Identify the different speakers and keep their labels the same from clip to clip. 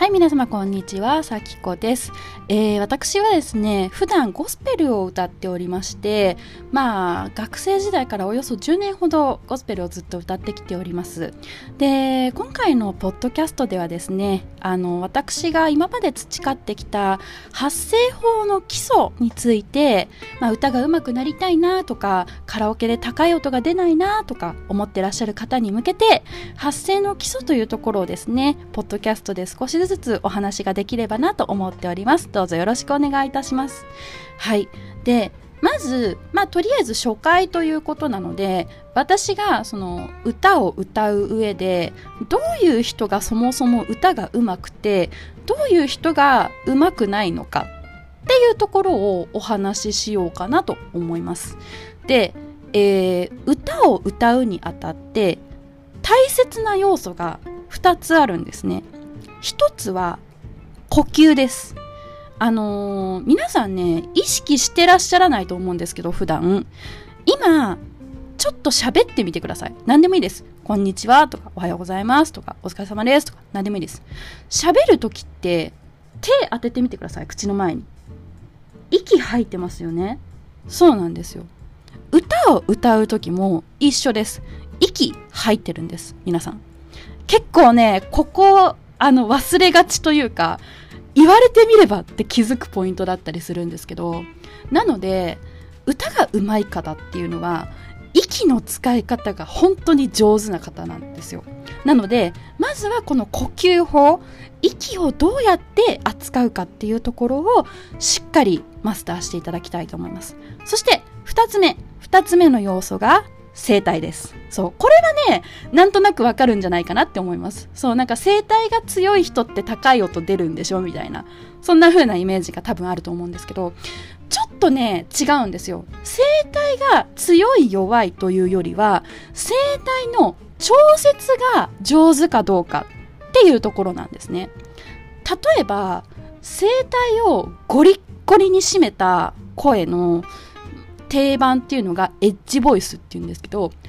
Speaker 1: はい、皆様こんにちは、さきこです。私はですね、普段ゴスペルを歌っておりまして、学生時代からおよそ10年ほどゴスペルをずっと歌ってきております。で、今回のポッドキャストではですね、私が今まで培ってきた発声法の基礎について、歌が上手くなりたいなとか、カラオケで高い音が出ないなとか思ってらっしゃる方に向けて、発声の基礎というところをですね、ポッドキャストで少しずつお話ができればなと思っております。どうぞよろしくお願いいたします。はい。で、まず、とりあえず初回ということなので、私がその歌を歌う上で、どういう人がそもそも歌が上手くて、どういう人が上手くないのかっていうところをお話ししようかなと思います。で、歌を歌うにあたって大切な要素が2つあるんですね。一つは呼吸です。皆さんね、意識してらっしゃらないと思うんですけど、普段今ちょっと喋ってみてください。何でもいいです。こんにちはとか、おはようございますとか、お疲れ様ですとか、何でもいいです。喋るときって手当ててみてください。口の前に息吐いてますよね。そうなんですよ。歌を歌うときも一緒です。息吐いてるんです。皆さん結構ね、ここ忘れがちというか、言われてみればって気づくポイントだったりするんですけど、なので歌が上手い方っていうのは息の使い方が本当に上手な方なんですよ。なのでまずはこの呼吸法、息をどうやって扱うかっていうところをしっかりマスターしていただきたいと思います。そして2つ目の要素が声帯です。そう、これはね、なんとなくわかるんじゃないかなって思います。そう、なんか声帯が強い人って高い音出るんでしょみたいな、そんな風なイメージが多分あると思うんですけど、ちょっとね、違うんですよ。声帯が強い弱いというよりは、声帯の調節が上手かどうかっていうところなんですね。例えば、声帯をゴリッゴリに締めた声の定番っていうのがエッジボイスっていうんですけど、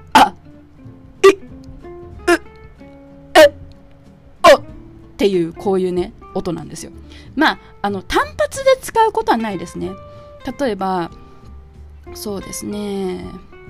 Speaker 1: っていうこういうね音なんですよ。単発で使うことはないですね。例えばそうですね、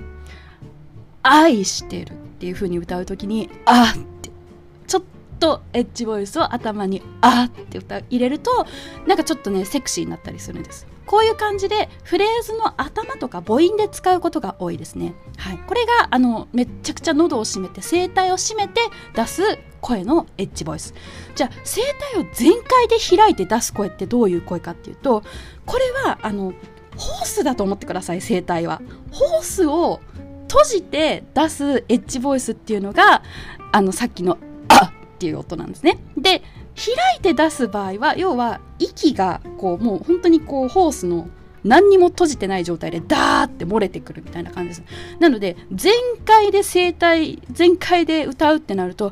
Speaker 1: 愛してるっていう風に歌うときにってちょっとエッジボイスを頭にって入れると、なんかちょっとねセクシーになったりするんです。こういう感じでフレーズの頭とか母音で使うことが多いですね。はい、これがめっちゃくちゃ喉を締めて声帯を締めて出す声のエッジボイス。じゃあ声帯を全開で開いて出す声ってどういう声かっていうと、これはホースだと思ってください。声帯はホースを閉じて出すエッジボイスっていうのがさっきのっていう音なんですね。で、開いて出す場合は、要は息がこうもう本当にこうホースの何にも閉じてない状態でダーって漏れてくるみたいな感じです。なので全開で声帯全開で歌うってなると、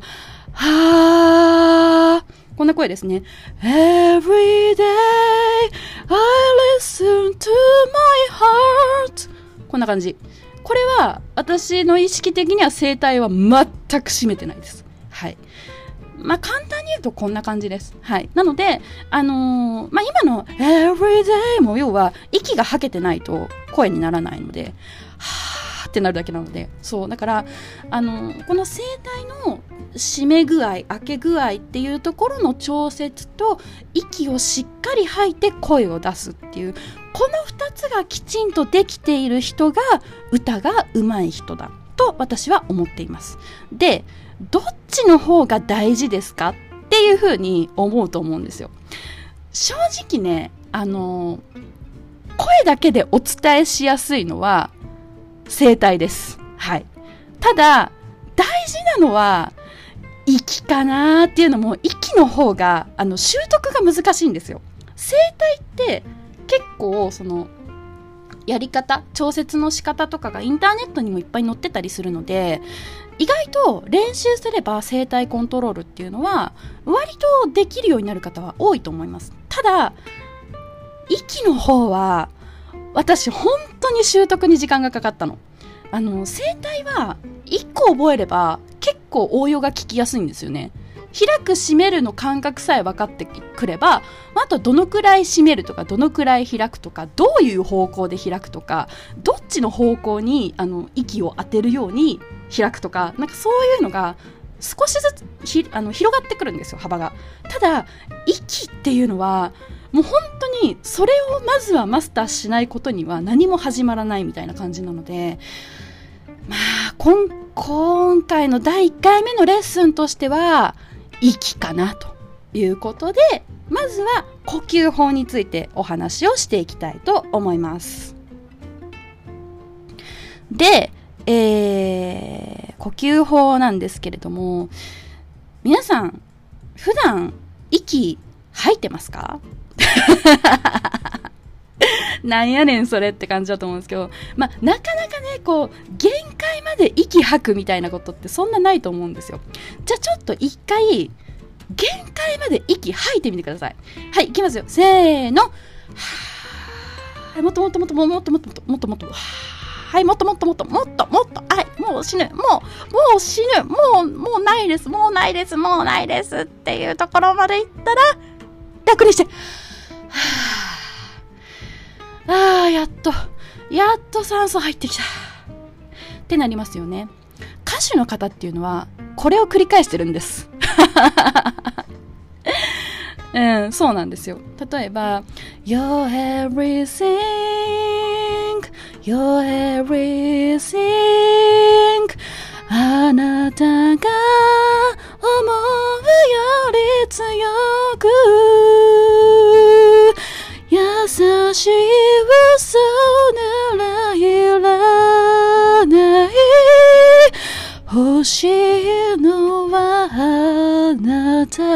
Speaker 1: こんな声ですね。Every day I listen to my heart、 こんな感じ。これは私の意識的には声帯は全く締めてないです。はい。簡単に言うとこんな感じです。はい。なので、今の Everyday も要は息が吐けてないと声にならないので、ってなるだけなので、そうだからこの声帯の締め具合、開け具合っていうところの調節と、息をしっかり吐いて声を出すっていう、この2つがきちんとできている人が歌が上手い人だと私は思っています。で、どっちの方が大事ですかっていう風に思うと思うんですよ。正直ね、声だけでお伝えしやすいのは声帯です。はい。ただ大事なのは息かなーっていうのも、息の方が習得が難しいんですよ。声帯って結構そのやり方、調節の仕方とかがインターネットにもいっぱい載ってたりするので、意外と練習すれば声帯コントロールっていうのは割とできるようになる方は多いと思います。ただ息の方は私本当に習得に時間がかかったの。声帯は1個覚えれば結構応用が効きやすいんですよね。 開く閉めるの感覚さえ分かってくれば、あとどのくらい閉めるとかどのくらい開くとか、どういう方向で開くとか、どっちの方向に息を当てるように開くとか、なんかそういうのが少しずつ広がってくるんですよ、幅が。ただ息っていうのはもう本当にそれをまずはマスターしないことには何も始まらないみたいな感じなので、まあ今回の第1回目のレッスンとしては息かなということで、まずは呼吸法についてお話をしていきたいと思います。で、呼吸法なんですけれども、皆さん普段息吐いてますか？なんやねんそれって感じだと思うんですけど、なかなかね、限界まで息吐くみたいなことってそんなないと思うんですよ。じゃあちょっと一回限界まで息吐いてみてください。はい、いきますよ。せーの。もっともっともっともっともっともっともっともっと、はい、もっともっともっともっともっと、はい、もう死ぬ、もう死ぬ、もうないです、もうないです、もうないですっていうところまでいったら楽にして、やっと酸素入ってきたってなりますよね。歌手の方っていうのはこれを繰り返してるんです。そうなんですよ。例えば You're everything, You're everything あなたが思うより強く優しい嘘ならいらない欲しいのはあなた。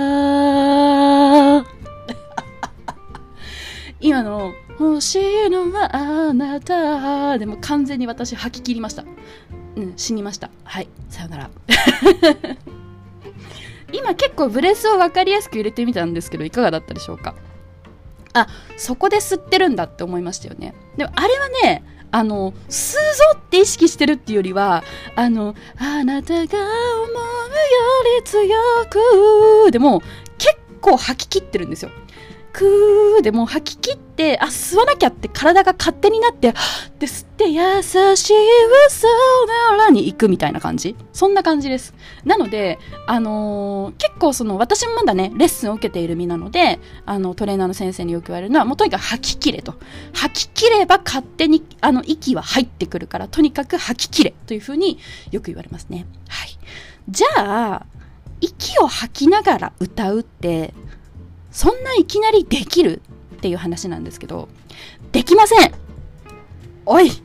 Speaker 1: 今の欲しいのはあなたでも完全に私吐き切りました。死にました。はい、さよなら。今結構ブレスを分かりやすく入れてみたんですけど、いかがだったでしょうか？そこで吸ってるんだって思いましたよね。でもあれはね、吸うぞって意識してるっていうよりは、あなたが思うより強くでも結構吐き切ってるんですよ。でも吐き切って吸わなきゃって体が勝手になってで吸って優しい嘘ならに行くみたいな感じ、そんな感じです。なので結構私もまだねレッスンを受けている身なのでトレーナーの先生によく言われるのは、もうとにかく吐き切れと、吐き切れば勝手に息は入ってくるからとにかく吐き切れというふうによく言われますね。はい、じゃあ息を吐きながら歌うってそんないきなりできるっていう話なんですけど、できません。おいで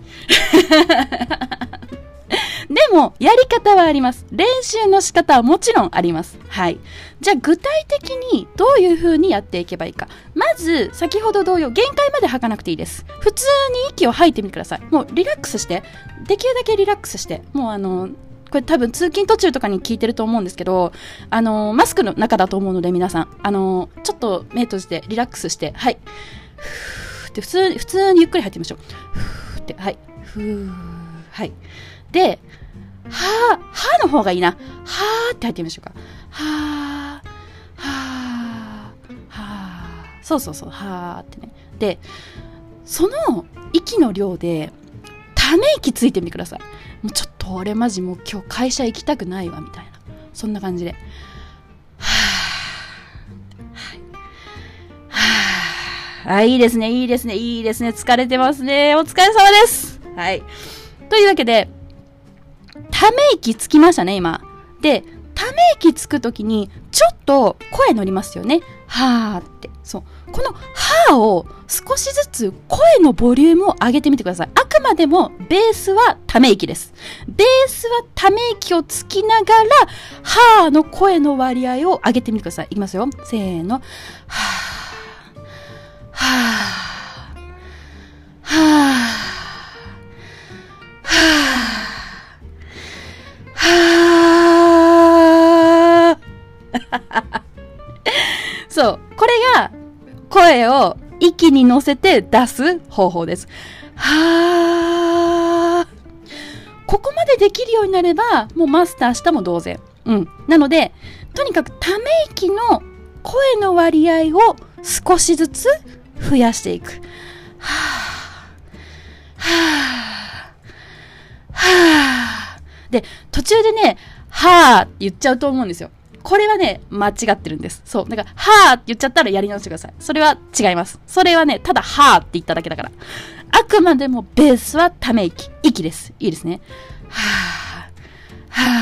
Speaker 1: もやり方はあります。練習の仕方はもちろんあります。はい。じゃあ具体的にどういう風にやっていけばいいか。まず先ほど同様、限界まで吐かなくていいです。普通に息を吐いてみてください。もうリラックスして、できるだけリラックスして、もうこれ多分通勤途中とかに聞いてると思うんですけど、マスクの中だと思うので皆さん、ちょっと目閉じてリラックスして、はい。ふーって普通にゆっくり吐いてみましょう。ふーって、はい。ふー、はい。で、はの方がいいな。はーって吐いてみましょうか。はー、そうそうそう、はーってね。で、その息の量で、ため息ついてみてください。もうちょっと俺マジもう今日会社行きたくないわみたいな、そんな感じで、はぁ、はい、いいですね、いいですね、いいですね、疲れてますね、お疲れ様です。はい。というわけで、ため息つきましたね、今。で、ため息つくときに、ちょっと声乗りますよね。はーって。そう。このはーを少しずつ声のボリュームを上げてみてください。あくまでもベースはため息です。ベースはため息をつきながら、はーの声の割合を上げてみてください。いきますよ。せーの。はー、はー、はー、はー。そう。これが声を息に乗せて出す方法です。はー。ここまでできるようになれば、もうマスターしたも同然。なので、 とにかくため息の声の割合を少しずつ増やしていく。はぁ、はぁ、はぁ。で、途中でね、はぁって言っちゃうと思うんですよ。これはね、間違ってるんです。そう。だから、はぁって言っちゃったらやり直してください。それは違います。それはね、ただはぁって言っただけだから。あくまでもベースはため息。息です。いいですね。はぁ、はぁ、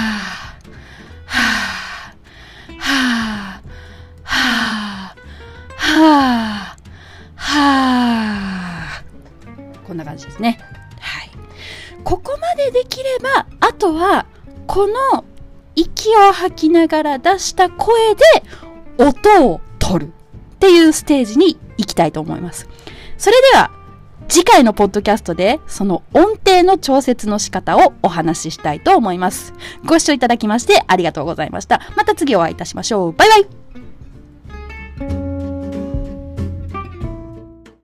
Speaker 1: はぁ、はぁ、はぁ、はぁ、はぁ。こんな感じですね。はい。ここまでできれば、あとは、この息を吐きながら出した声で音を取るっていうステージに行きたいと思います。それでは、次回のポッドキャストでその音程の調節の仕方をお話ししたいと思います。ご視聴いただきましてありがとうございました。また次お会いいたしましょう。バイバイ。